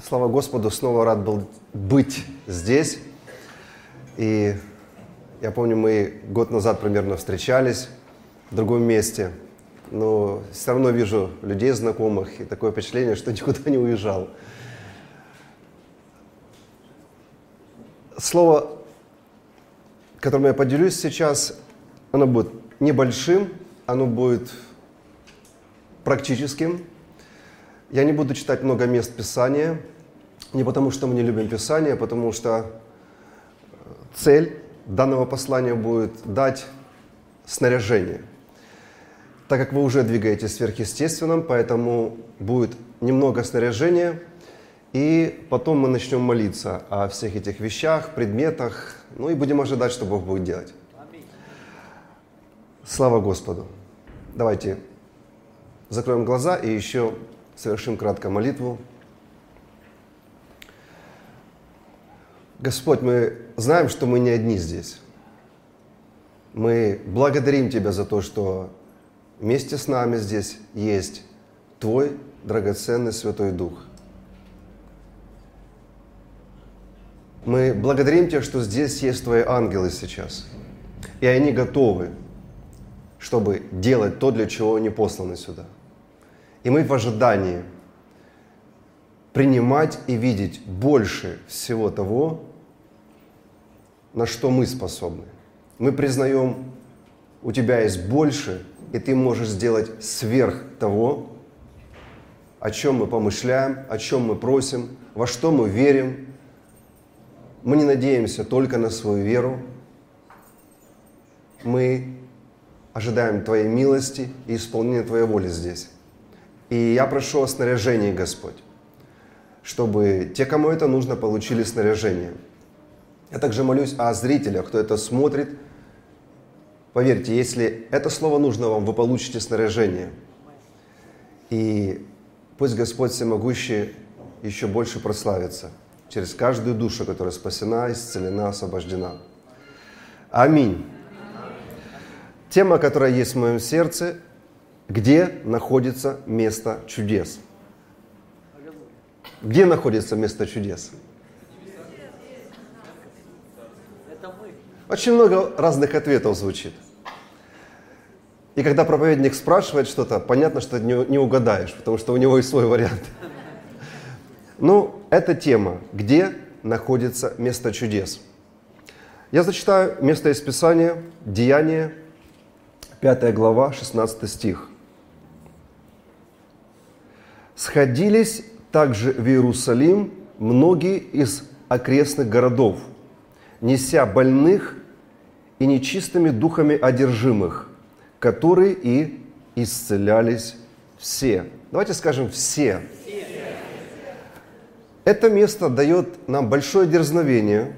Слава Господу, снова рад был быть здесь. И я помню, мы год назад примерно встречались в другом месте. Но все равно вижу людей знакомых, и такое впечатление, что никуда не уезжал. Слово, которым я поделюсь сейчас, оно будет небольшим, оно будет практическим. Я не буду читать много мест Писания, не потому что мы не любим Писание, а потому что цель данного послания будет дать снаряжение. Так как вы уже двигаетесь в сверхъестественном, поэтому будет немного снаряжения, и потом мы начнем молиться о всех этих вещах, предметах, и будем ожидать, что Бог будет делать. Слава Господу! Давайте закроем глаза и еще совершим кратко молитву. Господь, мы знаем, что мы не одни здесь. Мы благодарим Тебя за то, что вместе с нами здесь есть Твой драгоценный Святой Дух. Мы благодарим Тебя, что здесь есть Твои ангелы сейчас. И они готовы, чтобы делать то, для чего они посланы сюда. И мы в ожидании принимать и видеть больше всего того, на что мы способны. Мы признаем, у Тебя есть больше, и Ты можешь сделать сверх того, о чем мы помышляем, о чем мы просим, во что мы верим. Мы не надеемся только на свою веру. Мы ожидаем Твоей милости и исполнения Твоей воли здесь. И я прошу о снаряжении, Господь, чтобы те, кому это нужно, получили снаряжение. Я также молюсь о зрителях, кто это смотрит. Поверьте, если это слово нужно вам, вы получите снаряжение. И пусть Господь Всемогущий еще больше прославится через каждую душу, которая спасена, исцелена, освобождена. Аминь. Тема, которая есть в моем сердце: где находится место чудес? Где находится место чудес? Очень много разных ответов звучит. И когда проповедник спрашивает что-то, понятно, что не угадаешь, потому что у него и свой вариант. Это тема, где находится место чудес. Я зачитаю место из Писания, Деяния, 5 глава, 16 стих. «Сходились также в Иерусалим многие из окрестных городов, неся больных и нечистыми духами одержимых, которые и исцелялись все». Давайте скажем «все». Это место дает нам большое дерзновение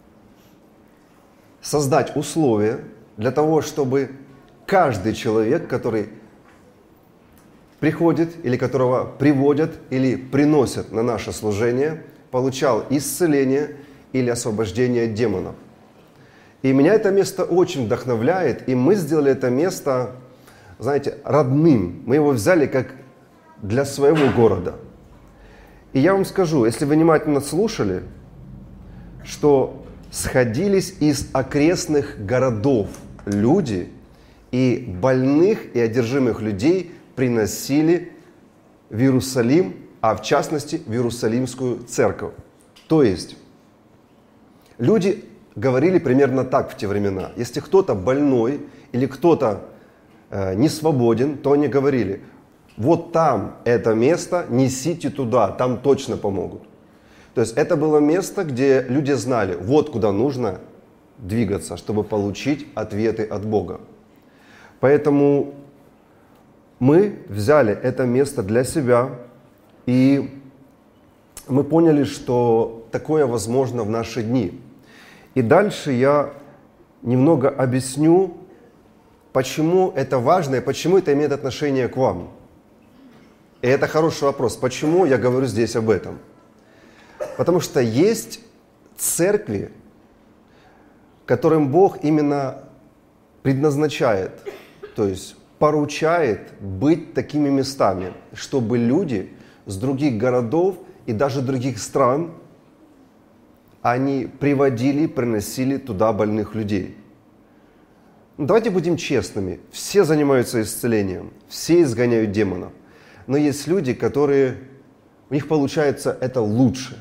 создать условия для того, чтобы каждый человек, который приходит или которого приводят или приносят на наше служение, получал исцеление или освобождение от демонов. И меня это место очень вдохновляет, и мы сделали это место, знаете, родным. Мы его взяли как для своего города. И я вам скажу, если вы внимательно слушали, что сходились из окрестных городов люди, и больных и одержимых людей приносили в Иерусалим, а в частности в Иерусалимскую церковь. То есть люди говорили примерно так в те времена. Если кто-то больной или кто-то не свободен, то они говорили: вот там это место, несите туда, там точно помогут. То есть это было место, где люди знали, вот куда нужно двигаться, чтобы получить ответы от Бога. Поэтому мы взяли это место для себя, и мы поняли, что такое возможно в наши дни. И дальше я немного объясню, почему это важно и почему это имеет отношение к вам. И это хороший вопрос. Почему я говорю здесь об этом? Потому что есть церкви, которым Бог именно предназначает, то есть поручает быть такими местами, чтобы люди с других городов и даже других стран, они приводили, приносили туда больных людей. Давайте будем честными. Все занимаются исцелением, все изгоняют демонов. Но есть люди, которые, у них получается это лучше.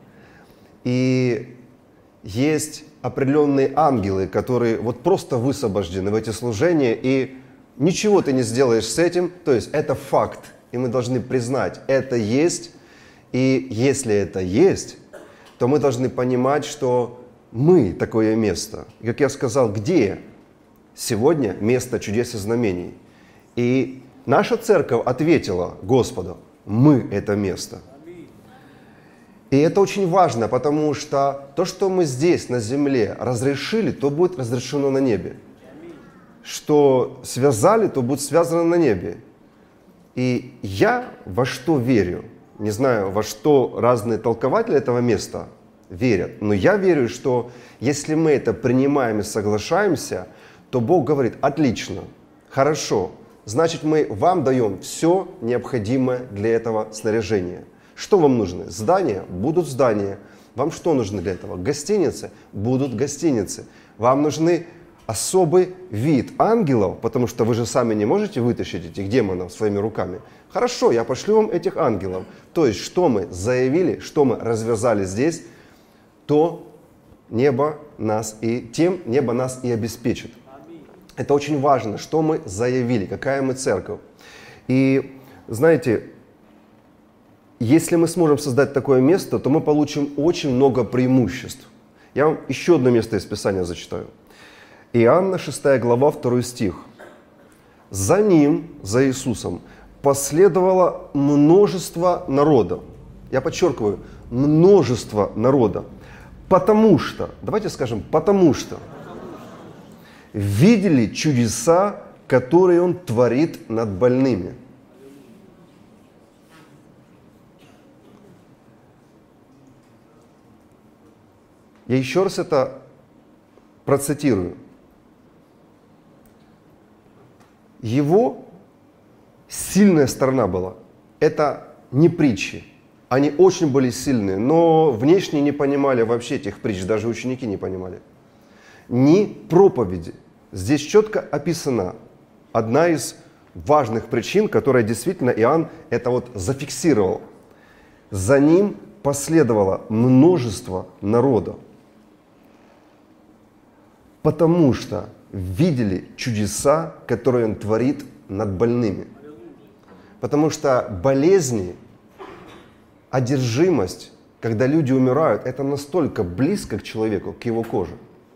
И есть определенные ангелы, которые вот просто высвобождены в эти служения, и ничего ты не сделаешь с этим, то есть это факт, и мы должны признать, это есть, и если это есть, то мы должны понимать, что мы такое место. И как я сказал, где сегодня место чудес и знамений? И наша церковь ответила Господу, мы это место. И это очень важно, потому что то, что мы здесь, на земле, разрешили, то будет разрешено на небе. Что связали, то будет связано на небе. И я во что верю? Не знаю, во что разные толкователи этого места верят, но я верю, что если мы это принимаем и соглашаемся, то Бог говорит, отлично, хорошо, значит мы вам даем все необходимое для этого снаряжения. Что вам нужно? Здания? Будут здания. Вам что нужно для этого? Гостиницы? Будут гостиницы. Вам нужны особый вид ангелов, потому что вы же сами не можете вытащить этих демонов своими руками. Хорошо, я пошлю вам этих ангелов. То есть, что мы заявили, что мы развязали здесь, то небо нас тем небо нас и обеспечит. Это очень важно, что мы заявили, какая мы церковь. И знаете, если мы сможем создать такое место, то мы получим очень много преимуществ. Я вам еще одно место из Писания зачитаю. Иоанна 6 глава, 2 стих. «За ним, за Иисусом, последовало множество народа». Я подчеркиваю, множество народа. Потому что, давайте скажем, потому что видели чудеса, которые Он творит над больными. Я еще раз это процитирую. Его сильная сторона была. Это не притчи. Они очень были сильные, но внешне не понимали вообще этих притч, даже ученики не понимали. Ни проповеди. Здесь четко описана одна из важных причин, которая действительно Иоанн это вот зафиксировал. За ним последовало множество народа. Потому что видели чудеса, которые Он творит над больными. Потому что болезни, одержимость, когда люди умирают, это настолько близко к человеку, к его коже,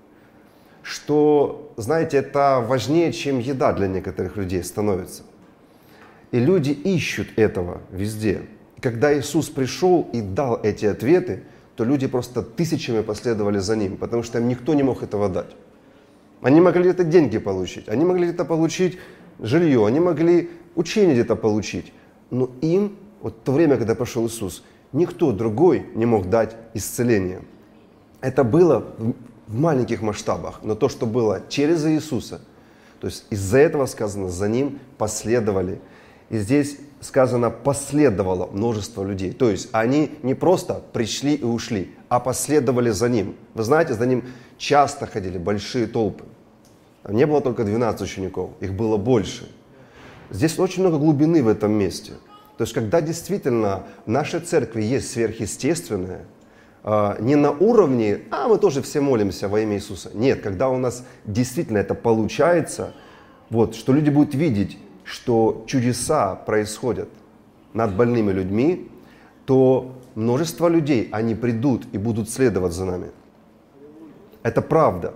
что, знаете, это важнее, чем еда для некоторых людей становится. И люди ищут этого везде. И когда Иисус пришел и дал эти ответы, то люди просто тысячами последовали за Ним, потому что им никто не мог этого дать. Они могли где-то деньги получить, они могли где-то получить жилье, они могли учение где-то получить. Но им, вот в то время, когда пришел Иисус, никто другой не мог дать исцеление. Это было в маленьких масштабах, но то, что было через Иисуса, то есть из-за этого сказано, за Ним последовали. И здесь сказано, последовало множество людей. То есть они не просто пришли и ушли, а последовали за Ним. Вы знаете, за Ним часто ходили большие толпы. Там не было только 12 учеников, их было больше. Здесь очень много глубины в этом месте. То есть когда действительно в нашей церкви есть сверхъестественное, не на уровне, мы тоже все молимся во имя Иисуса. Нет, когда у нас действительно это получается, вот, что люди будут видеть, что чудеса происходят над больными людьми, то множество людей, они придут и будут следовать за нами. Это правда.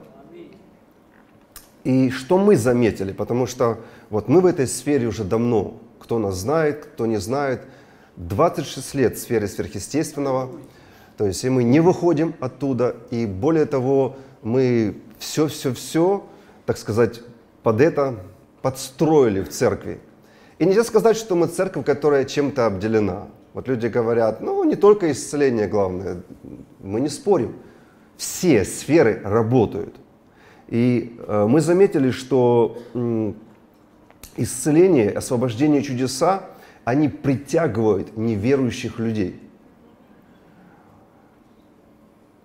И что мы заметили, потому что вот мы в этой сфере уже давно, кто нас знает, кто не знает, 26 лет в сфере сверхъестественного, то есть и мы не выходим оттуда, и более того, мы все, так сказать, под это подстроили в церкви. И нельзя сказать, что мы церковь, которая чем-то обделена. Вот люди говорят, не только исцеление главное, мы не спорим. Все сферы работают. И мы заметили, что исцеление, освобождение, чудеса, они притягивают неверующих людей.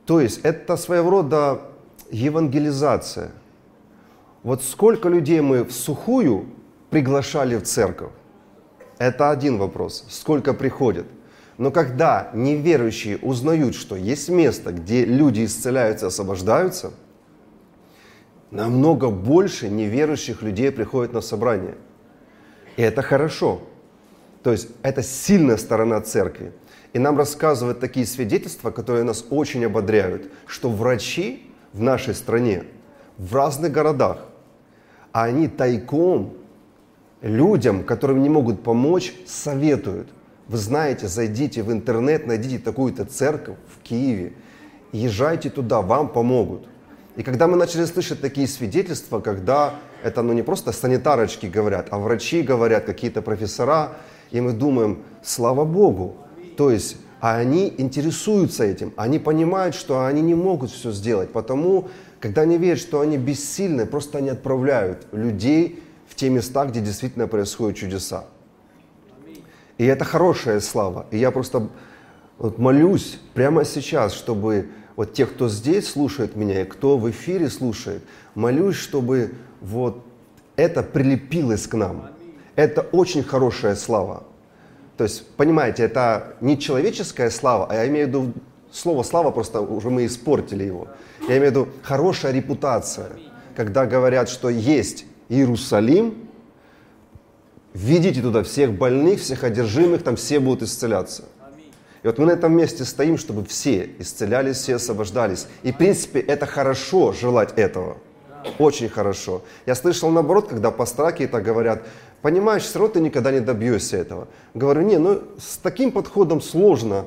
То есть это своего рода евангелизация. Вот сколько людей мы всухую приглашали в церковь? Это один вопрос. Сколько приходят? Но когда неверующие узнают, что есть место, где люди исцеляются, освобождаются, намного больше неверующих людей приходят на собрание. И это хорошо. То есть это сильная сторона церкви. И нам рассказывают такие свидетельства, которые нас очень ободряют, что врачи в нашей стране, в разных городах, они тайком людям, которым не могут помочь, советуют. Вы знаете, зайдите в интернет, найдите такую-то церковь в Киеве, езжайте туда, вам помогут. И когда мы начали слышать такие свидетельства, когда это не просто санитарочки говорят, а врачи говорят, какие-то профессора, и мы думаем, слава Богу, то есть они интересуются этим, они понимают, что они не могут все сделать, потому когда они видят, что они бессильны, просто они отправляют людей в те места, где действительно происходят чудеса. И это хорошая слава. И я просто молюсь прямо сейчас, чтобы вот те, кто здесь слушает меня, и кто в эфире слушает, молюсь, чтобы вот это прилепилось к нам. Это очень хорошая слава. То есть, понимаете, это не человеческая слава, а я имею в виду слово «слава», просто уже мы испортили его. Я имею в виду хорошая репутация, когда говорят, что есть Иерусалим, ведите туда всех больных, всех одержимых, там все будут исцеляться. И вот мы на этом месте стоим, чтобы все исцелялись, все освобождались. И в принципе это хорошо желать этого. Очень хорошо. Я слышал наоборот, когда пастора какие-то говорят, понимаешь, все равно ты никогда не добьешься этого. Говорю, с таким подходом сложно,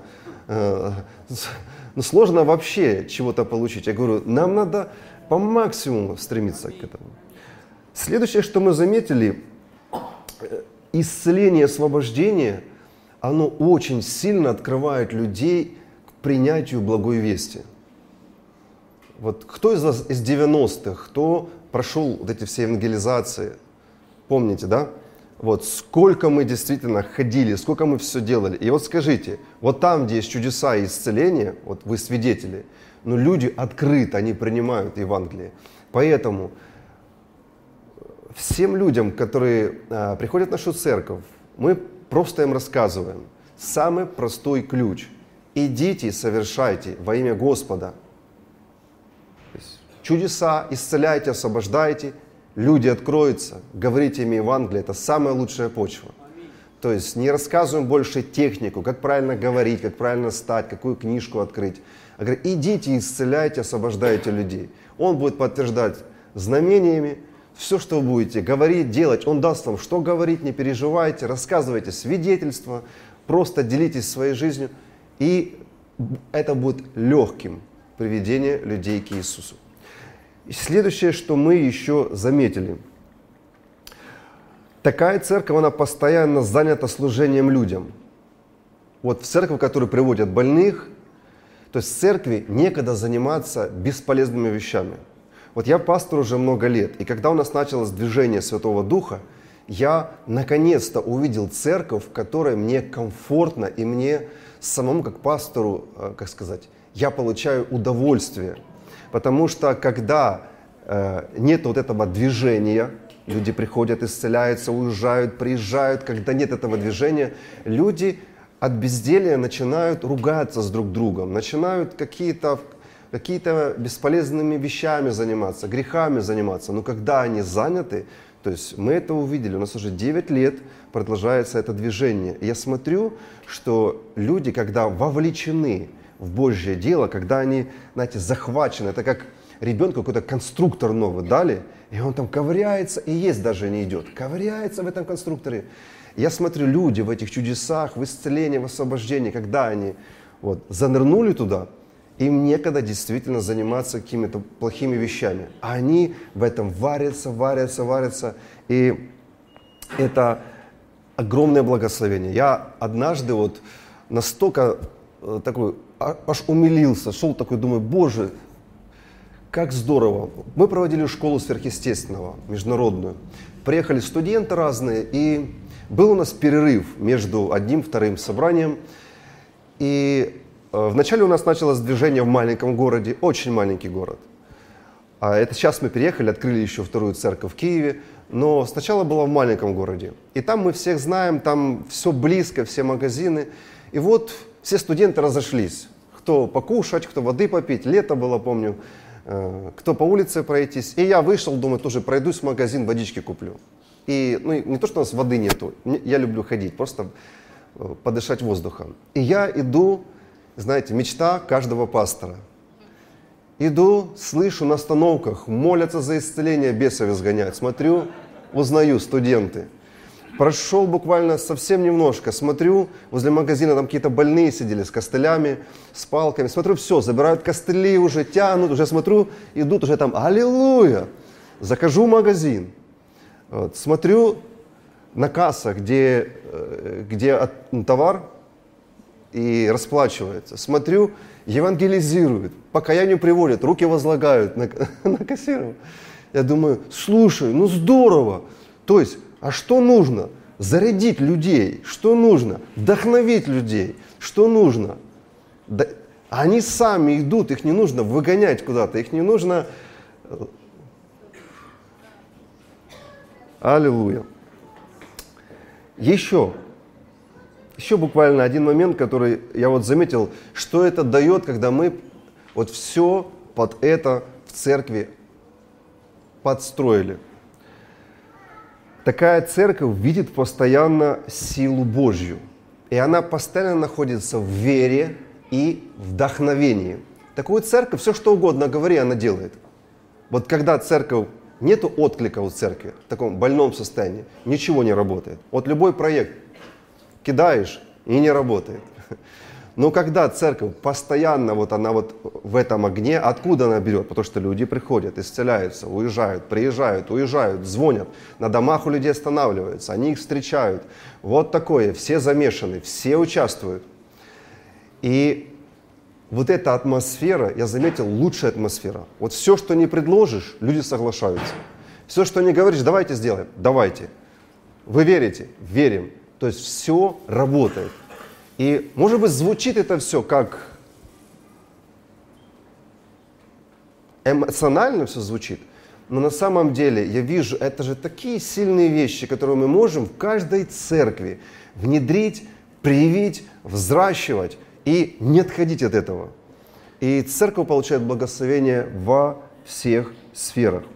сложно вообще чего-то получить. Я говорю, нам надо по максимуму стремиться к этому. Следующее, что мы заметили, исцеление, освобождение, оно очень сильно открывает людей к принятию благой вести. Вот кто из вас из 90-х, кто прошел вот эти все евангелизации, помните, да? Вот сколько мы действительно ходили, сколько мы все делали. И вот скажите, вот там, где есть чудеса и исцеления, вот вы свидетели, но люди открыто, они принимают Евангелие. Поэтому всем людям, которые приходят в нашу церковь, мы просто им рассказываем самый простой ключ. Идите и совершайте во имя Господа. То есть чудеса, исцеляйте, освобождайте, люди откроются, говорите им Евангелие, это самая лучшая почва. То есть не рассказываем больше технику, как правильно говорить, как правильно стать, какую книжку открыть. А говорим, идите и исцеляйте, освобождайте людей. Он будет подтверждать знамениями, все, что вы будете говорить, делать, Он даст вам, что говорить, не переживайте, рассказывайте свидетельства, просто делитесь своей жизнью, и это будет легким приведение людей к Иисусу. И следующее, что мы еще заметили. Такая церковь, она постоянно занята служением людям. Вот в церковь, в которую приводят больных, то есть в церкви некогда заниматься бесполезными вещами. Вот я пастор уже много лет, и когда у нас началось движение Святого Духа, я наконец-то увидел церковь, в которой мне комфортно, и мне самому как пастору, я получаю удовольствие. Потому что когда нет вот этого движения, люди приходят, исцеляются, уезжают, приезжают, когда нет этого движения, люди от безделья начинают ругаться с друг другом, начинают какие-то бесполезными вещами заниматься, грехами заниматься. Но когда они заняты, то есть мы это увидели, у нас уже 9 лет продолжается это движение. И я смотрю, что люди, когда вовлечены в Божье дело, когда они, знаете, захвачены, это как ребенку какой-то конструктор новый дали, и он там ковыряется, и есть даже не идет, ковыряется в этом конструкторе. Я смотрю, люди в этих чудесах, в исцелении, в освобождении, когда они занырнули туда, им некогда действительно заниматься какими-то плохими вещами. А они в этом варятся. И это огромное благословение. Я однажды настолько такой, аж умилился, шел такой, думаю, Боже, как здорово. Мы проводили школу сверхъестественного, международную. Приехали студенты разные, и был у нас перерыв между одним и вторым собранием. И вначале у нас началось движение в маленьком городе, очень маленький город. Это сейчас мы переехали, открыли еще вторую церковь в Киеве, но сначала было в маленьком городе. И там мы всех знаем, там все близко, все магазины. И вот все студенты разошлись. Кто покушать, кто воды попить, лето было, помню, кто по улице пройтись. И я вышел, думаю, тоже пройдусь в магазин, водички куплю. И не то, что у нас воды нету, я люблю ходить, просто подышать воздухом. И я иду, знаете, мечта каждого пастора. Иду, слышу на остановках, молятся за исцеление, бесов изгоняют. Смотрю, узнаю, студенты. Прошел буквально совсем немножко, смотрю, возле магазина там какие-то больные сидели с костылями, с палками. Смотрю, все, забирают костыли уже, тянут, уже смотрю, идут уже там, аллилуйя. Захожу в магазин, вот, смотрю на кассах, где товар и расплачивается. Смотрю, евангелизируют, покаянию приводят, руки возлагают на кассиров. Я думаю, слушай, ну здорово. То есть, а что нужно? Зарядить людей. Что нужно? Вдохновить людей. Что нужно? Да, они сами идут, их не нужно выгонять куда-то, их не нужно... Аллилуйя. Еще буквально один момент, который я вот заметил, что это дает, когда мы вот все под это в церкви подстроили. Такая церковь видит постоянно силу Божью. И она постоянно находится в вере и вдохновении. Такую церковь, все что угодно говори, она делает. Вот когда церковь, нету отклика у церкви в таком больном состоянии, ничего не работает. Вот любой проект кидаешь и не работает. Но когда церковь постоянно вот она вот в этом огне, откуда она берет? Потому что люди приходят, исцеляются, уезжают, приезжают, уезжают, звонят, на домах у людей останавливаются, они их встречают. Вот такое, все замешаны, все участвуют. И вот эта атмосфера, я заметил, лучшая атмосфера. Вот все, что не предложишь, люди соглашаются. Все, что не говоришь, давайте сделаем, давайте. Вы верите? Верим. То есть все работает. И, может быть, звучит это все как эмоционально все звучит, но на самом деле я вижу, это же такие сильные вещи, которые мы можем в каждой церкви внедрить, привить, взращивать и не отходить от этого. И церковь получает благословение во всех сферах.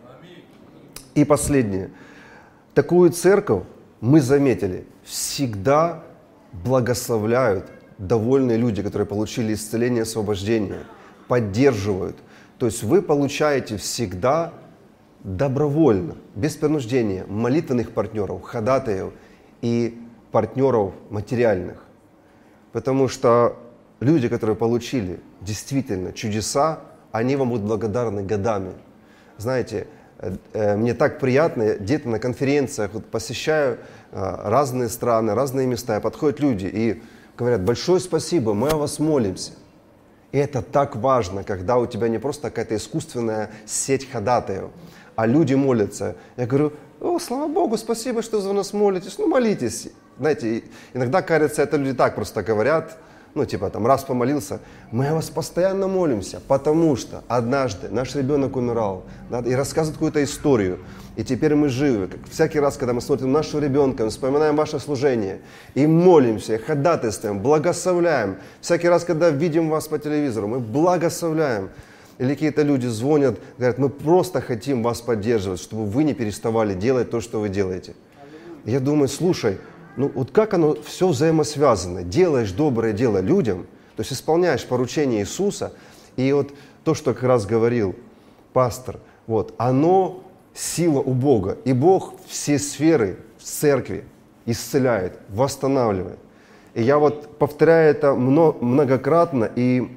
И последнее. Такую церковь мы заметили, всегда благословляют довольные люди, которые получили исцеление, освобождение, поддерживают. То есть вы получаете всегда добровольно, без принуждения, молитвенных партнеров, ходатаев и партнеров материальных. Потому что люди, которые получили действительно чудеса, они вам будут благодарны годами. Знаете, мне так приятно, где-то на конференциях вот посещаю разные страны, разные места, подходят люди и говорят: большое спасибо, мы о вас молимся. И это так важно, когда у тебя не просто какая-то искусственная сеть ходатаев, а люди молятся. Я говорю: о, слава Богу, спасибо, что за нас молитесь, ну молитесь. Знаете, иногда, кажется, это люди так просто говорят, ну типа там раз помолился, мы о вас постоянно молимся, потому что однажды наш ребенок умирал, да, и рассказывает какую-то историю, и теперь мы живы. Всякий раз, когда мы смотрим на нашего ребенка, мы вспоминаем ваше служение, и молимся, и ходатайствуем, благословляем. Всякий раз, когда видим вас по телевизору, мы благословляем. Или какие-то люди звонят, говорят: мы просто хотим вас поддерживать, чтобы вы не переставали делать то, что вы делаете. Я думаю, слушай, ну вот как оно все взаимосвязано. Делаешь доброе дело людям, то есть исполняешь поручение Иисуса, и вот то, что как раз говорил пастор, вот, оно сила у Бога. И Бог все сферы в церкви исцеляет, восстанавливает. И я вот повторяю это многократно, и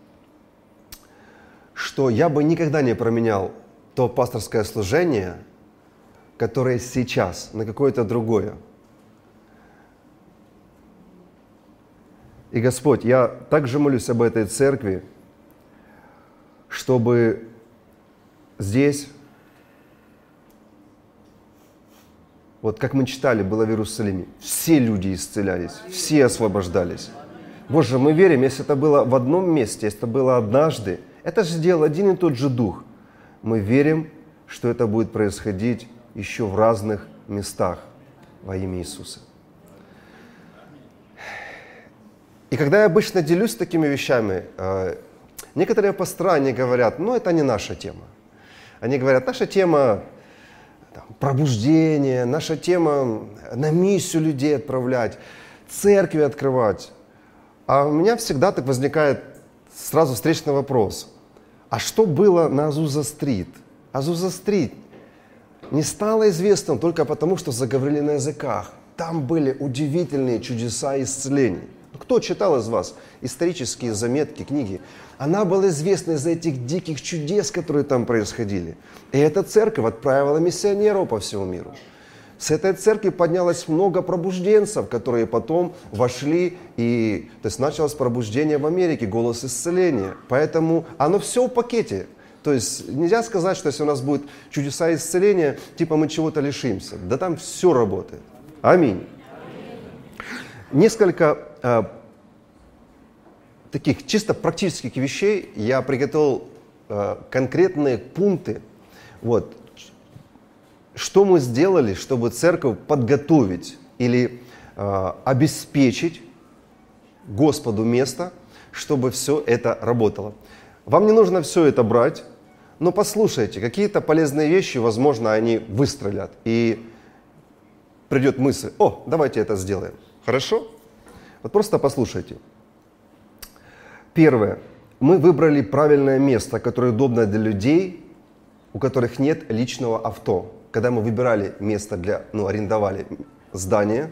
что я бы никогда не променял то пасторское служение, которое сейчас, на какое-то другое. И, Господь, я также молюсь об этой церкви, чтобы здесь, вот как мы читали, было в Иерусалиме, все люди исцелялись, все освобождались. Боже, мы верим, если это было в одном месте, если это было однажды, это же сделал один и тот же Дух. Мы верим, что это будет происходить еще в разных местах во имя Иисуса. И когда я обычно делюсь такими вещами, некоторые пастыры, они говорят, это не наша тема. Они говорят, наша тема пробуждение, наша тема на миссию людей отправлять, церкви открывать. А у меня всегда так возникает сразу встречный вопрос. А что было на Азуза-стрит? Азуза-стрит не стало известным только потому, что заговорили на языках. Там были удивительные чудеса исцелений. Кто читал из вас исторические заметки, книги? Она была известна из-за этих диких чудес, которые там происходили. И эта церковь отправила миссионеров по всему миру. С этой церкви поднялось много пробужденцев, которые потом вошли, и то есть началось пробуждение в Америке, голос исцеления. Поэтому оно все в пакете. То есть нельзя сказать, что если у нас будет чудеса исцеления, типа мы чего-то лишимся. Да там все работает. Аминь. Несколько таких чисто практических вещей я приготовил конкретные пункты. Вот. Что мы сделали, чтобы церковь подготовить или обеспечить Господу место, чтобы все это работало. Вам не нужно все это брать, но послушайте, какие-то полезные вещи, возможно, они выстрелят. И придет мысль, давайте это сделаем. Хорошо? Вот просто послушайте. Первое. Мы выбрали правильное место, которое удобно для людей, у которых нет личного авто. Когда мы выбирали место арендовали здание,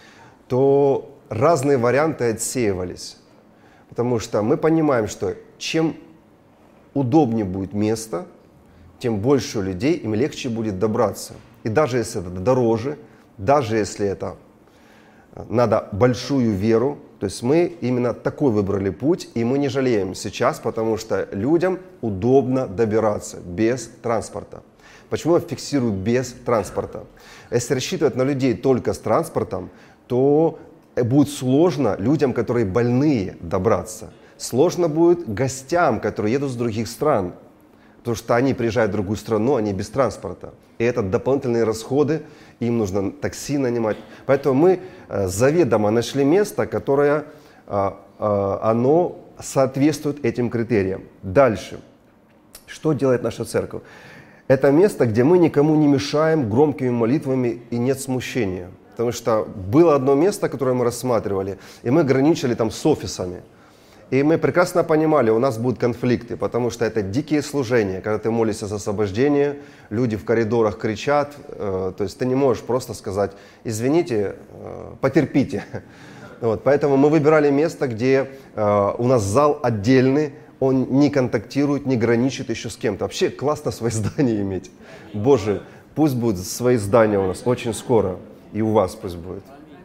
то разные варианты отсеивались. Потому что мы понимаем, что чем удобнее будет место, тем больше людей, им легче будет добраться. И даже если это дороже, даже если это надо большую веру, то есть мы именно такой выбрали путь, и мы не жалеем сейчас, потому что людям удобно добираться без транспорта. Почему я фиксирую без транспорта? Если рассчитывать на людей только с транспортом, то будет сложно людям, которые больные, добраться. Сложно будет гостям, которые едут с других стран, потому что они приезжают в другую страну, они без транспорта. И это дополнительные расходы, им нужно такси нанимать. Поэтому мы заведомо нашли место, которое оно соответствует этим критериям. Дальше. Что делает наша церковь? Это место, где мы никому не мешаем громкими молитвами и нет смущения. Потому что было одно место, которое мы рассматривали, и мы граничили там с офисами. И мы прекрасно понимали, у нас будут конфликты, потому что это дикие служения. Когда ты молишься за освобождение, люди в коридорах кричат, то есть ты не можешь просто сказать, извините, потерпите. Вот, поэтому мы выбирали место, где у нас зал отдельный, он не контактирует, не граничит еще с кем-то. Вообще классно свои здания иметь. Боже, пусть будут свои здания у нас очень скоро, и у вас пусть будет.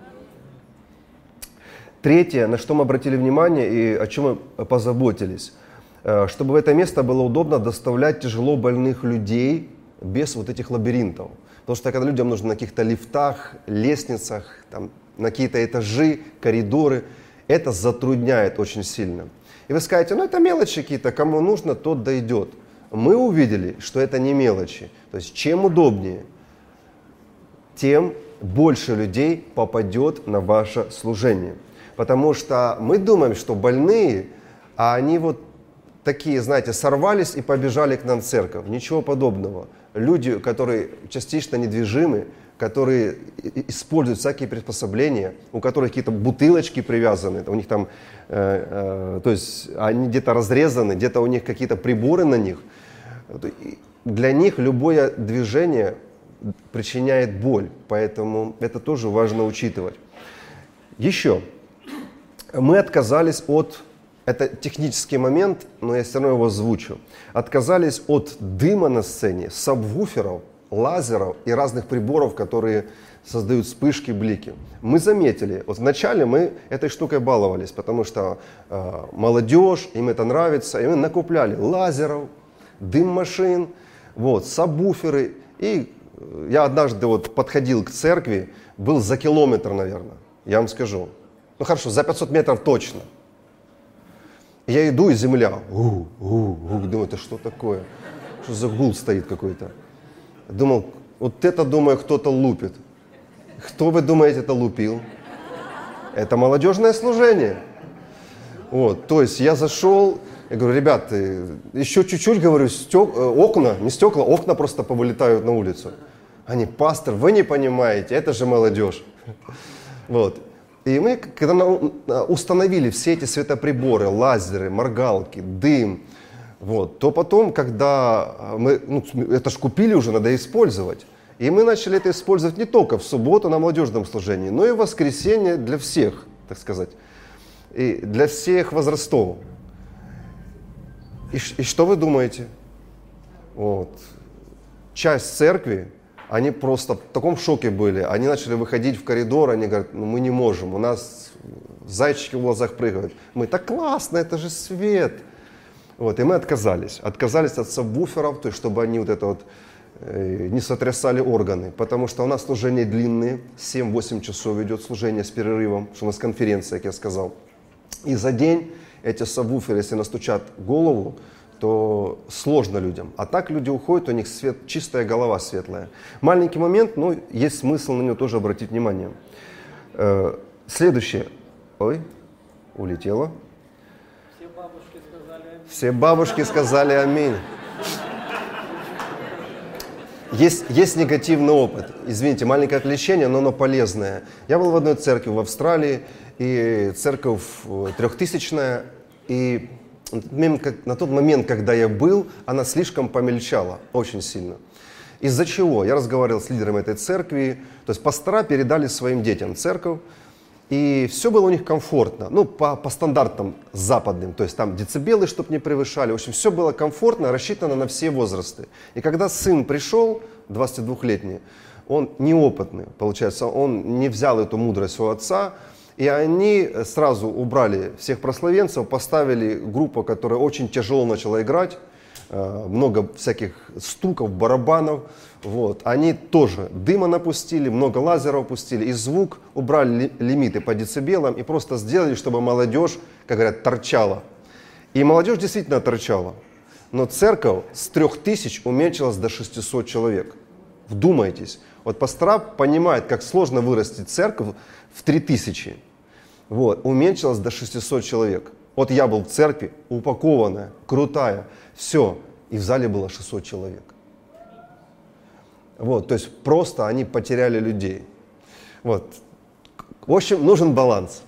Третье, на что мы обратили внимание и о чем мы позаботились, чтобы в это место было удобно доставлять тяжело больных людей без вот этих лабиринтов. Потому что когда людям нужно на каких-то лифтах, лестницах, там, на какие-то этажи, коридоры, это затрудняет очень сильно. И вы скажете, это мелочи какие-то, кому нужно, тот дойдет. Мы увидели, что это не мелочи. То есть чем удобнее, тем больше людей попадет на ваше служение. Потому что мы думаем, что больные, а они вот такие, знаете, сорвались и побежали к нам в церковь. Ничего подобного. Люди, которые частично недвижимы, которые используют всякие приспособления, у которых какие-то бутылочки привязаны, у них там, то есть они где-то разрезаны, где-то у них какие-то приборы на них. Для них любое движение причиняет боль, поэтому это тоже важно учитывать. Еще. Мы отказались от, это технический момент, но я все равно его озвучу, отказались от дыма на сцене, сабвуферов, лазеров и разных приборов, которые создают вспышки, блики. Мы заметили, вот вначале мы этой штукой баловались, потому что молодежь, им это нравится, и мы накупляли лазеров, дым-машин, вот, сабвуферы. И я однажды вот подходил к церкви, был за километр, наверное, я вам скажу. Ну хорошо, за 500 метров точно. Я иду, и земля. Думаю, это что такое? Что за гул стоит какой-то? Думал, вот это, думаю, кто-то лупит. Кто, вы думаете, это лупил? Это молодежное служение. Вот, то есть я зашел, я говорю, ребят, еще чуть-чуть, говорю, окна, не стекла, окна просто повылетают на улицу. Они, пастор, вы не понимаете, это же молодежь. Вот. И мы, когда установили все эти светоприборы, лазеры, моргалки, дым, вот, то потом, когда мы, это ж купили уже, надо использовать. И мы начали это использовать не только в субботу на молодежном служении, но и в воскресенье для всех, так сказать, и для всех возрастов. И что вы думаете? Вот. Часть церкви, они просто в таком шоке были. Они начали выходить в коридор, они говорят, ну мы не можем, у нас зайчики в глазах прыгают. Мы, так классно, это же свет. Вот, и мы отказались. Отказались от сабвуферов, то есть чтобы они вот это вот не сотрясали органы. Потому что у нас служения длинные, 7-8 часов идет служение с перерывом, что у нас конференция, как я сказал. И за день эти сабвуферы, если настучат голову, то сложно людям. А так люди уходят, у них чистая голова светлая. Маленький момент, но есть смысл на него тоже обратить внимание. Следующее. Ой, улетело. Все бабушки сказали аминь. Есть негативный опыт. Извините, маленькое отвлечение, но оно полезное. Я был в одной церкви в Австралии, и церковь 3000-я, и на тот момент, когда я был, она слишком помельчала, очень сильно. Из-за чего? Я разговаривал с лидером этой церкви, то есть пастора передали своим детям церковь, и все было у них комфортно, ну, по стандартам западным, то есть там децибелы, чтобы не превышали, в общем, все было комфортно, рассчитано на все возрасты. И когда сын пришел, 22-летний, он неопытный, получается, он не взял эту мудрость у отца, и они сразу убрали всех прославенцев, поставили группу, которая очень тяжело начала играть, много всяких стуков, барабанов. Вот. Они тоже дыма напустили, много лазеров пустили, и звук убрали лимиты по децибелам и просто сделали, чтобы молодежь, как говорят, торчала. И молодежь действительно торчала. Но церковь с 3000 уменьшилась до 600 человек. Вдумайтесь. Вот пастора понимают, как сложно вырастить церковь в 3000. Вот, уменьшилось до 600 человек. Вот я был в церкви, упакованная, крутая, все, и в зале было 600 человек. Вот, то есть просто они потеряли людей. Вот. В общем, нужен баланс.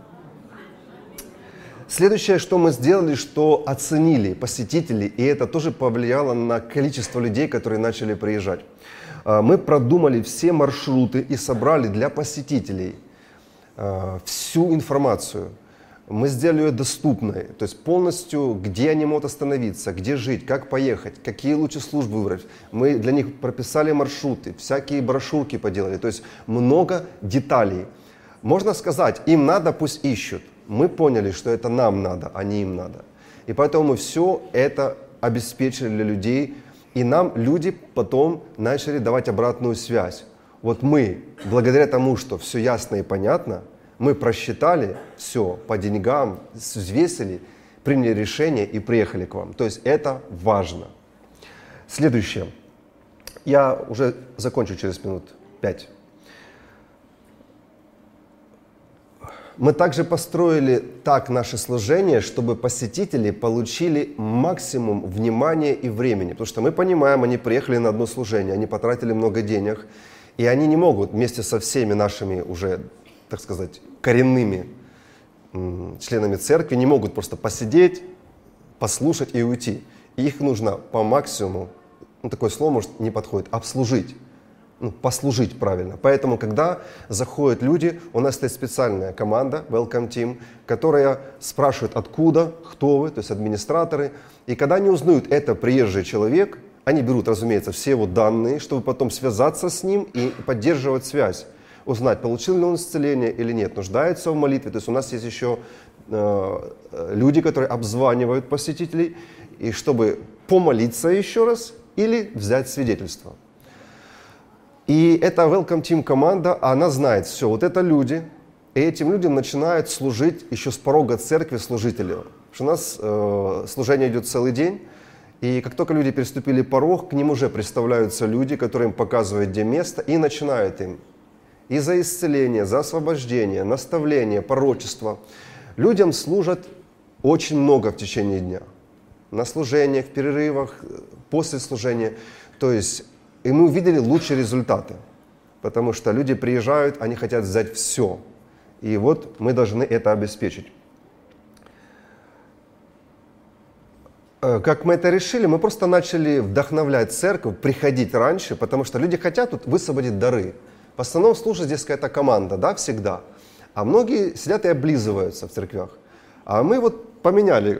Следующее, что мы сделали, что оценили посетителей, и это тоже повлияло на количество людей, которые начали приезжать. Мы продумали все маршруты и собрали для посетителей всю информацию. Мы сделали ее доступной, то есть полностью, где они могут остановиться, где жить, как поехать, какие лучше службы выбрать. Мы для них прописали маршруты, всякие брошюрки поделали, то есть много деталей. Можно сказать, им надо, пусть ищут. Мы поняли, что это нам надо, а не им надо. И поэтому мы все это обеспечили для людей, и нам люди потом начали давать обратную связь. Вот мы, благодаря тому, что все ясно и понятно, мы просчитали все по деньгам, взвесили, приняли решение и приехали к вам. То есть это важно. Следующее. Я уже закончу через минут 5. Мы также построили так наше служение, чтобы посетители получили максимум внимания и времени. Потому что мы понимаем, они приехали на одно служение, они потратили много денег, и они не могут вместе со всеми нашими уже, так сказать, коренными членами церкви, не могут просто посидеть, послушать и уйти. И их нужно по максимуму, такое слово может не подходит, обслужить. Послужить правильно. Поэтому, когда заходят люди, у нас есть специальная команда, Welcome Team, которая спрашивает, откуда, кто вы, то есть администраторы. И когда они узнают, это приезжий человек, они берут, разумеется, все его данные, чтобы потом связаться с ним и поддерживать связь. Узнать, получил ли он исцеление или нет, нуждается в молитве. То есть у нас есть еще люди, которые обзванивают посетителей, и чтобы помолиться еще раз или взять свидетельство. И эта Welcome Team команда, она знает все. Вот это люди, И этим людям начинают служить еще с порога церкви служители. Потому что у нас служение идет целый день, и как только люди переступили порог, к ним уже представляются люди, которые им показывают, где место, и начинают им и за исцеление, за освобождение, наставление, пророчество. Людям служат очень много в течение дня. На служениях, в перерывах, после служения. То есть, и мы увидели лучшие результаты. Потому что люди приезжают, они хотят взять все. И вот мы должны это обеспечить. Как мы это решили? Мы просто начали вдохновлять церковь, приходить раньше, потому что люди хотят тут высвободить дары. В основном служит здесь какая-то команда, да, всегда. А многие сидят и облизываются в церквях. А мы вот поменяли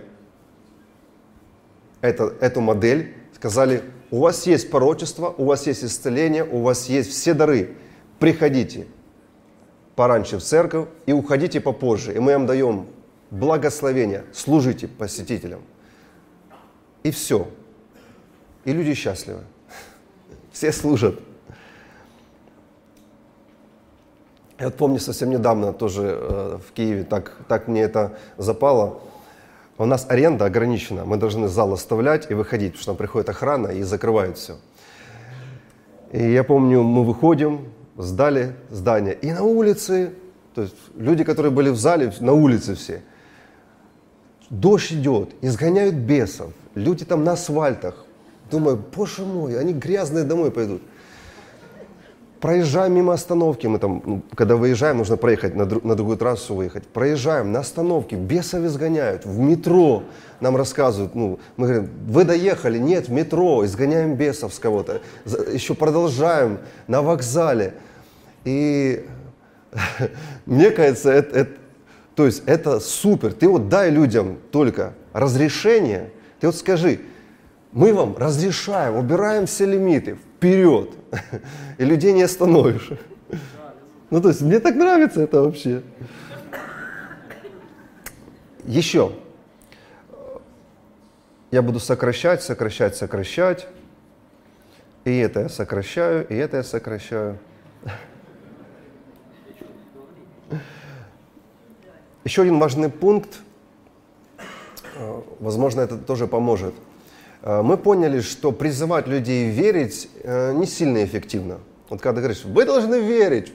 эту модель, сказали, у вас есть пророчество, у вас есть исцеление, у вас есть все дары. Приходите пораньше в церковь и уходите попозже. И мы вам даем благословение, служите посетителям. И все. И люди счастливы. Все служат. Я вот помню, совсем недавно тоже в Киеве так мне это запало. У нас аренда ограничена, мы должны зал оставлять и выходить, потому что там приходит охрана и закрывает все. И я помню, мы выходим, сдали здание, и на улице, то есть люди, которые были в зале, на улице все, дождь идет, изгоняют бесов, люди там на асфальтах. Думаю, боже мой, они грязные домой пойдут. Проезжаем мимо остановки, мы там, когда выезжаем, нужно проехать, на другую трассу выехать. Проезжаем на остановке, бесов изгоняют, в метро нам рассказывают. Мы говорим, вы доехали? Нет, в метро, изгоняем бесов с кого-то. Еще продолжаем на вокзале. И мне кажется, это супер. Ты вот дай людям только разрешение, ты вот скажи, мы вам разрешаем, убираем все лимиты, вперед. И людей не остановишь. Ну, то есть, мне так нравится это вообще. Еще. Я буду сокращать. И это я сокращаю, и это я сокращаю. Еще один важный пункт. Возможно, это тоже поможет. Мы поняли, что призывать людей верить не сильно эффективно. Вот когда говоришь, вы должны верить.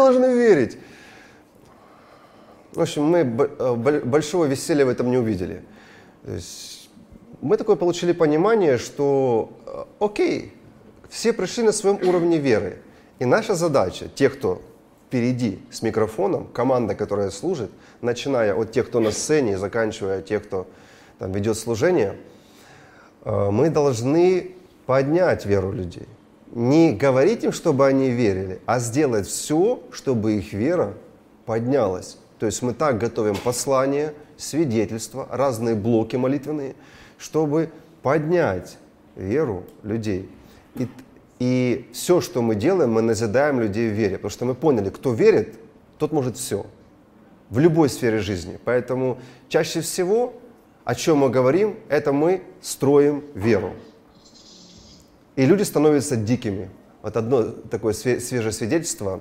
В общем, мы большого веселья в этом не увидели. То есть мы такое получили понимание, что окей, все пришли на своем уровне веры. И наша задача, тех, кто впереди с микрофоном, команда, которая служит, начиная от тех, кто на сцене, и заканчивая тех, кто там ведет служение, мы должны поднять веру людей. Не говорить им, чтобы они верили, а сделать все, чтобы их вера поднялась. То есть мы так готовим послания, свидетельства, разные блоки молитвенные, чтобы поднять веру людей. И все, что мы делаем, мы назидаем людей в вере. Потому что мы поняли, кто верит, тот может все. В любой сфере жизни. Поэтому чаще всего, о чем мы говорим, это мы строим веру. И люди становятся дикими. Вот одно такое свежее свидетельство.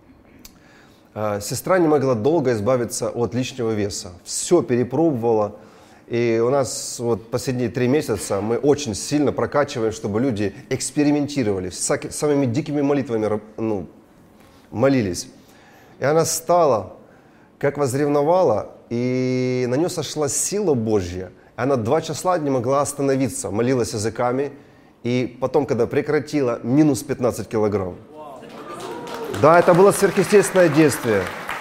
Сестра не могла долго избавиться от лишнего веса. Все перепробовала. И у нас вот последние 3 месяца мы очень сильно прокачиваем, чтобы люди экспериментировали, самыми дикими молитвами молились. И она стала, как возревновала, и на нее сошла сила Божья. Она 2 часа не могла остановиться, молилась языками. И потом, когда прекратила, минус 15 килограмм. Да, это было сверхъестественное действие.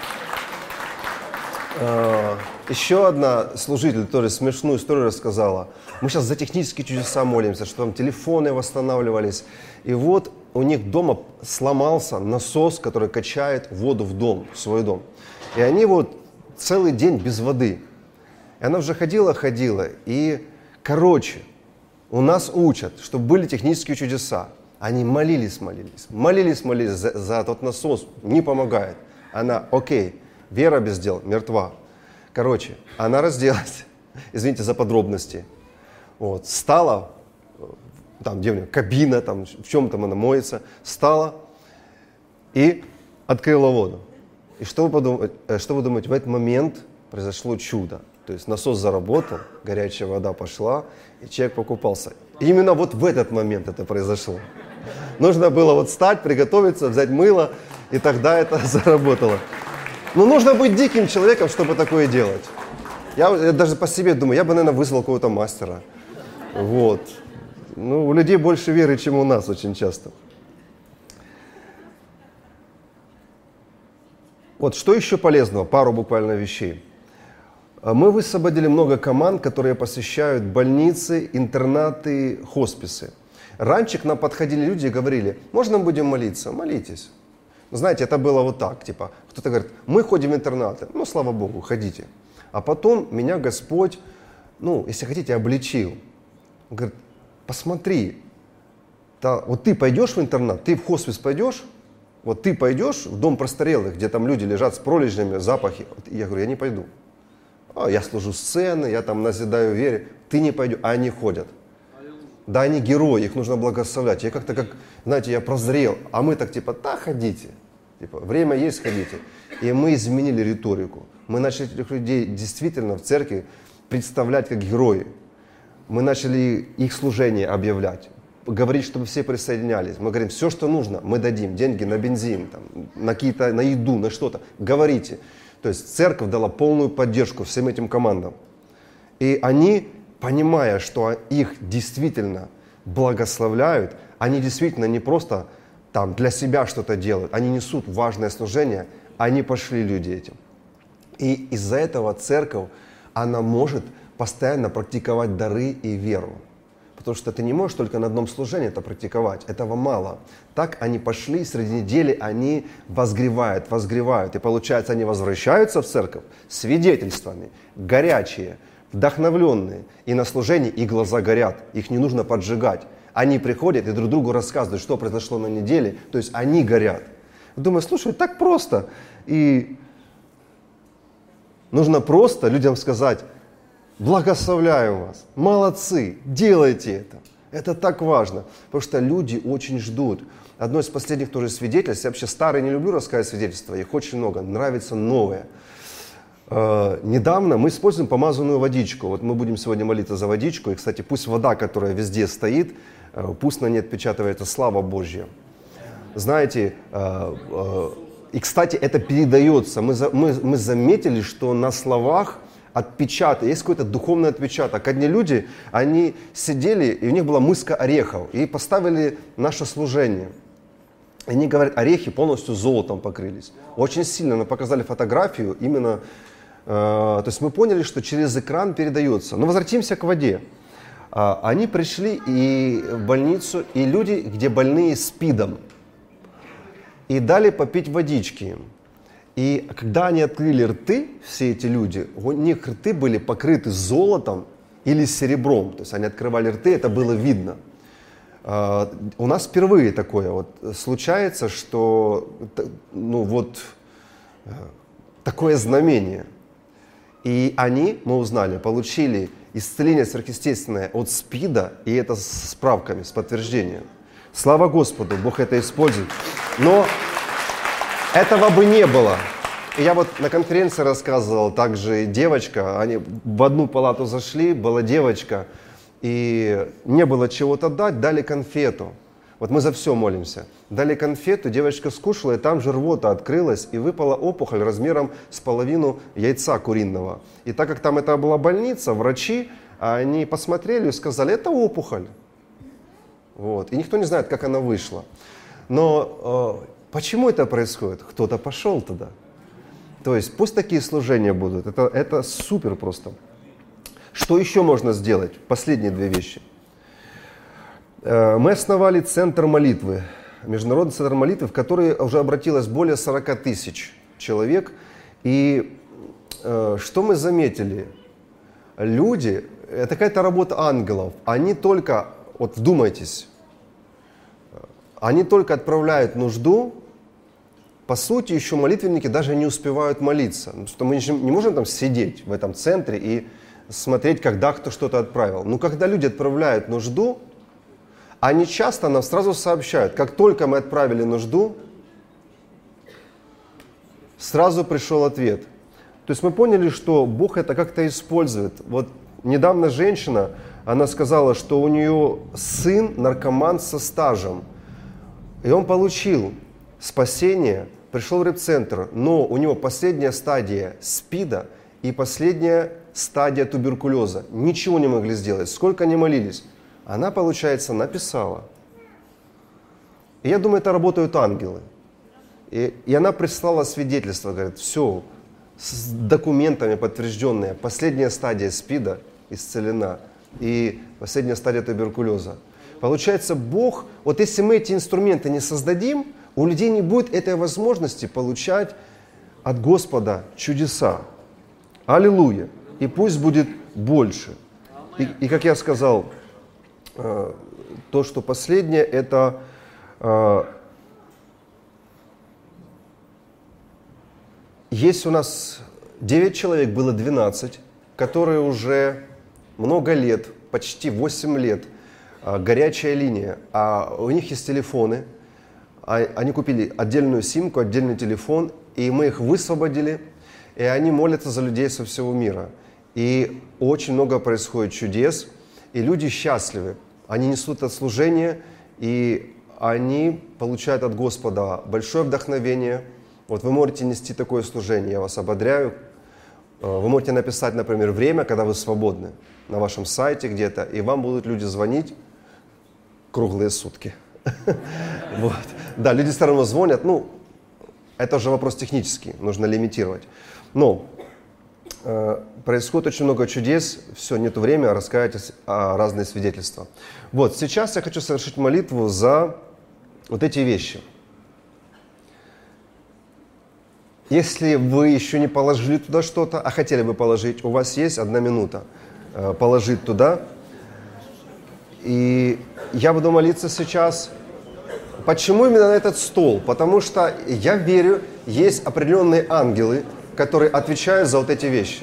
Еще одна служитель тоже смешную историю рассказала. Мы сейчас за технические чудеса молимся, что там телефоны восстанавливались. И вот у них дома сломался насос, который качает воду в дом, в свой дом. И они вот целый день без воды. И она уже ходила. И, короче, у нас учат, чтобы были технические чудеса. Они молились за тот насос, не помогает. Она, окей, вера без дел мертва. Короче, она разделась, извините за подробности, вот, встала, там, где у нее кабина, там, в чем там она моется, встала и открыла воду. И что вы думаете, в этот момент произошло чудо. То есть насос заработал, горячая вода пошла, и человек покупался. Именно вот в этот момент это произошло. Нужно было вот встать, приготовиться, взять мыло, и тогда это заработало. Но нужно быть диким человеком, чтобы такое делать. Я даже по себе думаю, я бы, наверное, вызвал какого-то мастера. Вот. Ну, у людей больше веры, чем у нас очень часто. Вот что еще полезного? Пару буквально вещей. Мы высвободили много команд, которые посещают больницы, интернаты, хосписы. Раньше к нам подходили люди и говорили, можно мы будем молиться? Молитесь. Знаете, это было вот так, типа, кто-то говорит, мы ходим в интернаты. Ну, слава Богу, ходите. А потом меня Господь, если хотите, обличил. Он говорит, посмотри, вот ты пойдешь в интернат, ты в хоспис пойдешь, вот ты пойдешь в дом престарелых, где там люди лежат с пролежнями, запахи. Я говорю, я не пойду. Я служу сцены, я там назидаю вере. Ты не пойдешь, а они ходят. Да, они герои, их нужно благословлять. Я как-то, знаете, я прозрел. А мы так да, ходите. Время есть, ходите. И мы изменили риторику. Мы начали этих людей действительно в церкви представлять как герои. Мы начали их служение объявлять. Говорить, чтобы все присоединялись. Мы говорим, все, что нужно, мы дадим. Деньги на бензин, на еду, на что-то. Говорите. То есть церковь дала полную поддержку всем этим командам. И они, понимая, что их действительно благословляют, они действительно не просто для себя что-то делают, они несут важное служение, они пошли люди этим. И из-за этого церковь, она может постоянно практиковать дары и веру. Потому что ты не можешь только на одном служении это практиковать, этого мало. Так они пошли, среди недели они возгревают. И получается, они возвращаются в церковь свидетельствами, горячие, вдохновленные. И на служении их глаза горят, их не нужно поджигать. Они приходят и друг другу рассказывают, что произошло на неделе, то есть они горят. Думаю, слушай, так просто. И нужно просто людям сказать, благословляю вас, молодцы, делайте это. Это так важно, потому что люди очень ждут. Одно из последних тоже свидетельств, я вообще старые не люблю рассказывать свидетельства, их очень много, нравится новое. Недавно мы используем помазанную водичку. Вот мы будем сегодня молиться за водичку. И, кстати, пусть вода, которая везде стоит, пусть на ней отпечатывается слава Божья. Знаете, и, кстати, это передается. Мы заметили, что на словах есть какой-то духовный отпечаток. Одни люди, они сидели, и у них была миска орехов, и поставили наше служение. И они говорят, орехи полностью золотом покрылись. Очень сильно нам показали фотографию именно, то есть мы поняли, что через экран передается. Но возвратимся к воде. Они пришли в больницу, и люди, где больные СПИДом, и дали попить водички. И когда они открыли рты, все эти люди, у них рты были покрыты золотом или серебром. То есть они открывали рты, это было видно. У нас впервые такое случается, что такое знамение. И они, мы узнали, получили исцеление сверхъестественное от СПИДа, и это с справками, с подтверждением. Слава Господу, Бог это использует. Но этого бы не было. И я на конференции рассказывал, также девочка, они в одну палату зашли, была девочка, и не было чего-то дать, дали конфету. Мы за все молимся. Дали конфету, девочка скушала, и там же рвота открылась, и выпала опухоль размером с половину яйца куриного. И так как там это была больница, врачи, они посмотрели и сказали, это опухоль. И никто не знает, как она вышла. Но почему это происходит? Кто-то пошел туда. То есть пусть такие служения будут. Это супер просто. Что еще можно сделать? Последние две вещи. Мы основали центр молитвы, международный центр молитвы, в который уже обратилось более 40 тысяч человек. И что мы заметили? Люди, это какая-то работа ангелов, они только, вдумайтесь, они только отправляют нужду. По сути, еще молитвенники даже не успевают молиться. Потому что мы не можем там сидеть в этом центре и смотреть, когда кто что-то отправил. Но когда люди отправляют нужду, они часто нам сразу сообщают, как только мы отправили нужду, сразу пришел ответ. То есть мы поняли, что Бог это как-то использует. Вот недавно женщина, она сказала, что у нее сын наркоман со стажем. И он получил спасение, пришел в репцентр, но у него последняя стадия СПИДа и последняя стадия туберкулеза. Ничего не могли сделать, сколько ни молились. Она, получается, написала. И я думаю, это работают ангелы. И она прислала свидетельство, говорит, все, с документами подтвержденные, последняя стадия СПИДа исцелена и последняя стадия туберкулеза. Получается, Бог, вот если мы эти инструменты не создадим, у людей не будет этой возможности получать от Господа чудеса. Аллилуйя! И пусть будет больше. И как я сказал, то, что последнее, это есть у нас 9 человек, было 12, которые уже много лет, почти 8 лет, горячая линия, а у них есть телефоны, они купили отдельную симку, отдельный телефон, и мы их высвободили, и они молятся за людей со всего мира. И очень много происходит чудес, и люди счастливы, они несут это служение, и они получают от Господа большое вдохновение. Вот вы можете нести такое служение, я вас ободряю. Вы можете написать, например, время, когда вы свободны, на вашем сайте где-то, и вам будут люди звонить круглые сутки. Вот. Да, люди все равно звонят, это уже вопрос технический, нужно лимитировать. Но происходит очень много чудес, все, нету времени рассказать разные свидетельства. Вот, сейчас я хочу совершить молитву за вот эти вещи. Если вы еще не положили туда что-то, а хотели бы положить, у вас есть 1 минута положить туда. И я буду молиться сейчас. Почему именно на этот стол? Потому что я верю, есть определенные ангелы, которые отвечают за вот эти вещи.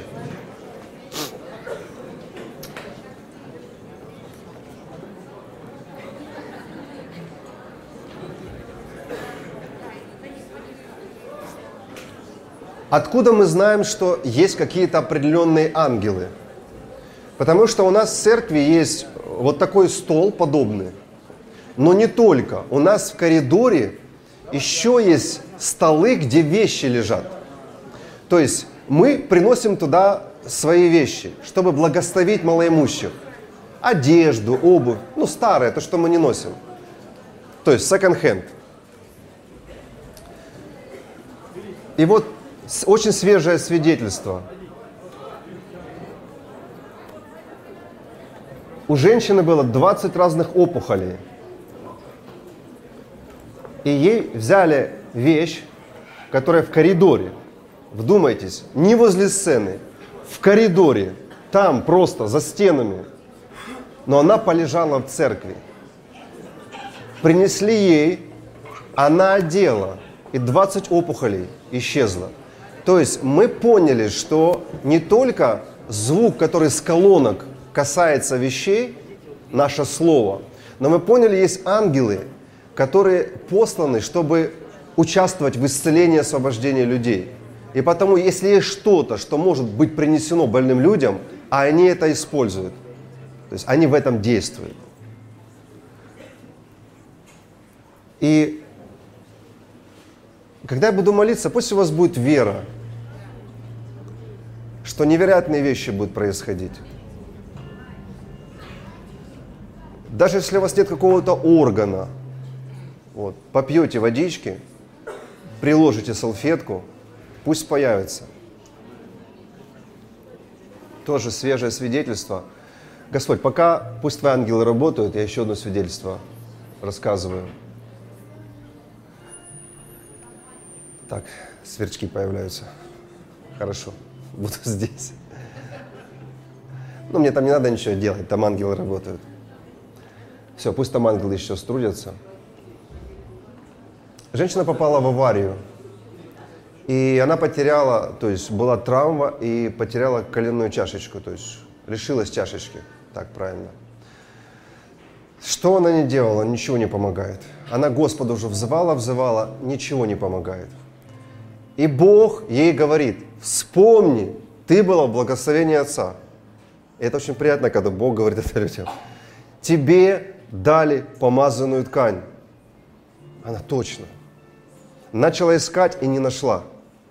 Откуда мы знаем, что есть какие-то определенные ангелы? Потому что у нас в церкви есть вот такой стол подобный. Но не только. У нас в коридоре еще есть столы, где вещи лежат. То есть мы приносим туда свои вещи, чтобы благословить малоимущих. Одежду, обувь, старое, то, что мы не носим. То есть second-hand. И вот очень свежее свидетельство. У женщины было 20 разных опухолей. И ей взяли вещь, которая в коридоре. Вдумайтесь, не возле сцены, в коридоре, там просто, за стенами. Но она полежала в церкви. Принесли ей, она одела, и 20 опухолей исчезло. То есть мы поняли, что не только звук, который с колонок касается вещей, наше слово, но мы поняли, есть ангелы, которые посланы, чтобы участвовать в исцелении и освобождении людей. И потому, если есть что-то, что может быть принесено больным людям, а они это используют, то есть они в этом действуют. И когда я буду молиться, пусть у вас будет вера, что невероятные вещи будут происходить. Даже если у вас нет какого-то органа, попьете водички, приложите салфетку, пусть появится. Тоже свежее свидетельство. Господь, пока пусть твои ангелы работают, я еще одно свидетельство рассказываю. Так, сверчки появляются. Хорошо, буду здесь. Мне там не надо ничего делать, там ангелы работают. Все, пусть там ангелы еще струдятся. Женщина попала в аварию. И она потеряла, то есть была травма и потеряла коленную чашечку, то есть лишилась чашечки, так правильно. Что она не делала, ничего не помогает. Она Господу уже взывала, ничего не помогает. И Бог ей говорит: вспомни, ты была в благословении Отца. И это очень приятно, когда Бог говорит это людям. Тебе дали помазанную ткань. Она точно. Начала искать и не нашла.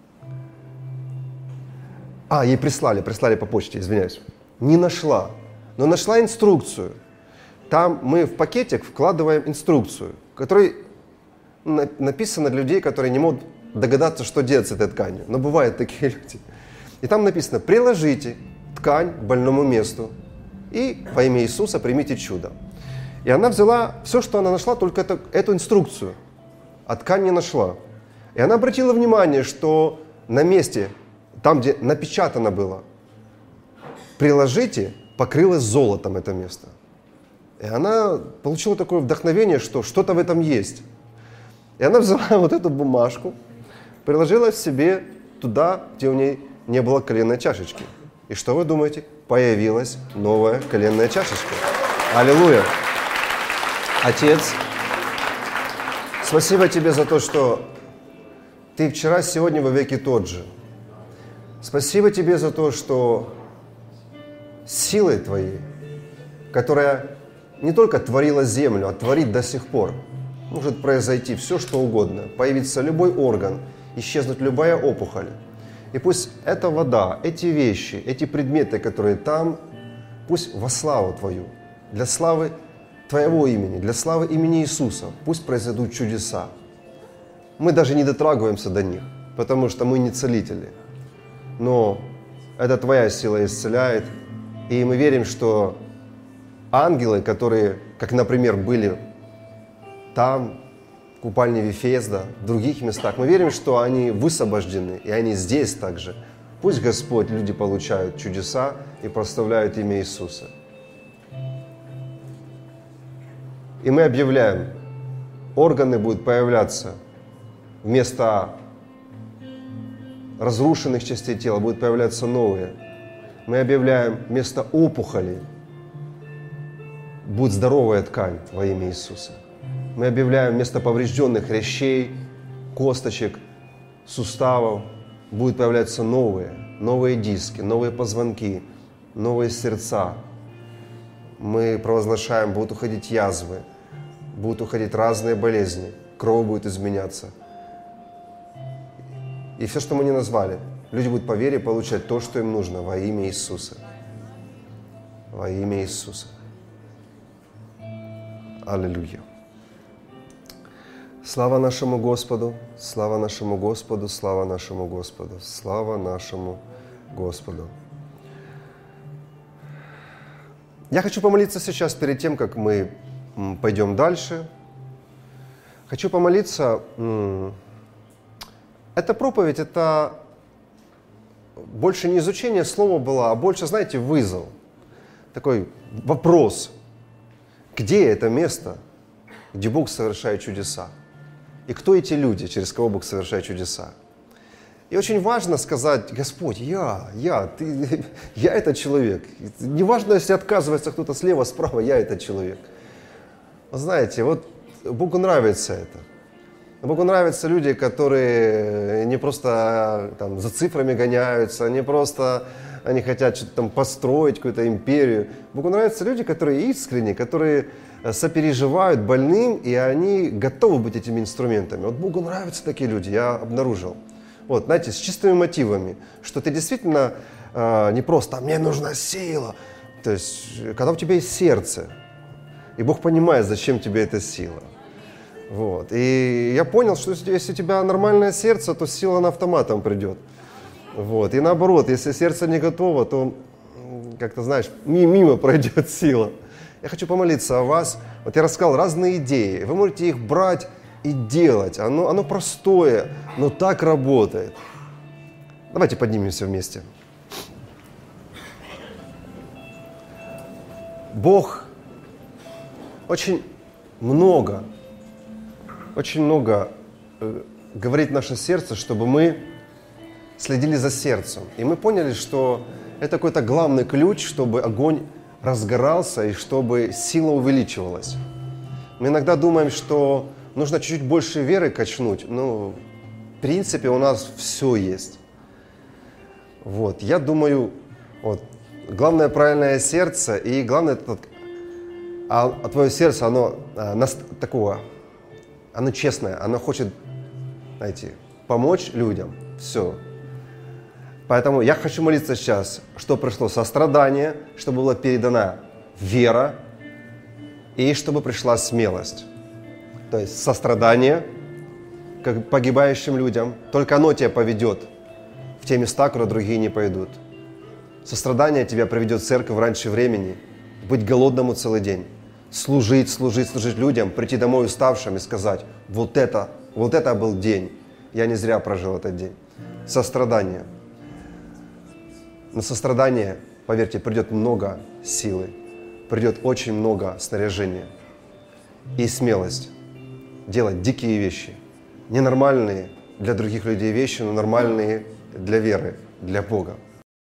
Ей прислали по почте, извиняюсь. Не нашла, но нашла инструкцию. Там мы в пакетик вкладываем инструкцию, в которой написано для людей, которые не могут догадаться, что делать с этой тканью. Но бывают такие люди. И там написано: приложите ткань к больному месту и во имя Иисуса примите чудо. И она взяла все, что она нашла, только эту инструкцию, а ткань не нашла. И она обратила внимание, что на месте, там, где напечатано было, приложите, покрылось золотом это место. И она получила такое вдохновение, что что-то в этом есть. И она взяла вот эту бумажку, приложила себе туда, где у ней не было коленной чашечки. И что вы думаете? Появилась новая коленная чашечка. Аллилуйя! Отец, спасибо Тебе за то, что Ты вчера, сегодня, во веки тот же. Спасибо Тебе за то, что силой Твоей, которая не только творила землю, а творит до сих пор, может произойти все, что угодно, появиться любой орган, исчезнуть любая опухоль. И пусть эта вода, эти вещи, эти предметы, которые там, пусть во славу Твою, для славы Твоего имени, для славы имени Иисуса, пусть произойдут чудеса. Мы даже не дотрагиваемся до них, потому что мы не целители. Но это Твоя сила исцеляет, и мы верим, что ангелы, которые, как, например, были там, в купальне Вифезда, в других местах, мы верим, что они высвобождены, и они здесь также. Пусть, Господь, люди получают чудеса и прославляют имя Иисуса. И мы объявляем, органы будут появляться вместо разрушенных частей тела, будут появляться новые. Мы объявляем, вместо опухолей будет здоровая ткань во имя Иисуса. Мы объявляем, вместо поврежденных хрящей, косточек, суставов будут появляться новые диски, новые позвонки, новые сердца. Мы провозглашаем, будут уходить язвы, будут уходить разные болезни, кровь будет изменяться. И все, что мы не назвали, люди будут по вере получать то, что им нужно во имя Иисуса. Во имя Иисуса. Аллилуйя. Слава нашему Господу, слава нашему Господу, слава нашему Господу, слава нашему Господу. Я хочу помолиться сейчас перед тем, как мы пойдем дальше. Хочу помолиться. Эта проповедь, это больше не изучение слова было, а больше, знаете, вызов. Такой вопрос. Где это место, где Бог совершает чудеса? И кто эти люди, через кого Бог совершает чудеса? И очень важно сказать: Господь, я этот человек. Неважно, если отказывается кто-то слева, справа, я этот человек. Вы знаете, вот Богу нравится это. Богу нравятся люди, которые не просто там за цифрами гоняются, они хотят что-то там построить, какую-то империю. Богу нравятся люди, которые искренне, которые сопереживают больным, и они готовы быть этими инструментами. Вот Богу нравятся такие люди, я обнаружил. Вот, знаете, с чистыми мотивами, что ты действительно не просто «мне нужна сила». То есть, когда у тебя есть сердце, и Бог понимает, зачем тебе эта сила. Вот. И я понял, что если у тебя нормальное сердце, то сила на автоматом придет. Вот. И наоборот, если сердце не готово, то, как-то, знаешь, мимо пройдет сила. Я хочу помолиться о вас. Вот я рассказал разные идеи. Вы можете их брать и делать. Оно простое, но так работает. Давайте поднимемся вместе. Бог очень много говорит наше сердце, чтобы мы следили за сердцем. И мы поняли, что это какой-то главный ключ, чтобы огонь разгорался и чтобы сила увеличивалась. Мы иногда думаем, что нужно чуть-чуть больше веры качнуть. Ну, принципе, у нас все есть. Вот, я думаю, вот, главное правильное сердце, и главное, твое сердце, оно оно честное, оно хочет, знаете, помочь людям. Все. Поэтому я хочу молиться сейчас, чтобы пришло сострадание, чтобы была передана вера и чтобы пришла смелость. То есть сострадание к погибающим людям, только оно тебя поведет в те места, куда другие не пойдут. Сострадание тебя приведет в церковь раньше времени, быть голодному целый день, служить людям, прийти домой уставшим и сказать: вот это был день, я не зря прожил этот день. Сострадание. На сострадание, поверьте, придет много силы, придет очень много снаряжения и смелость делать дикие вещи, ненормальные для других людей вещи, но нормальные для веры, для Бога.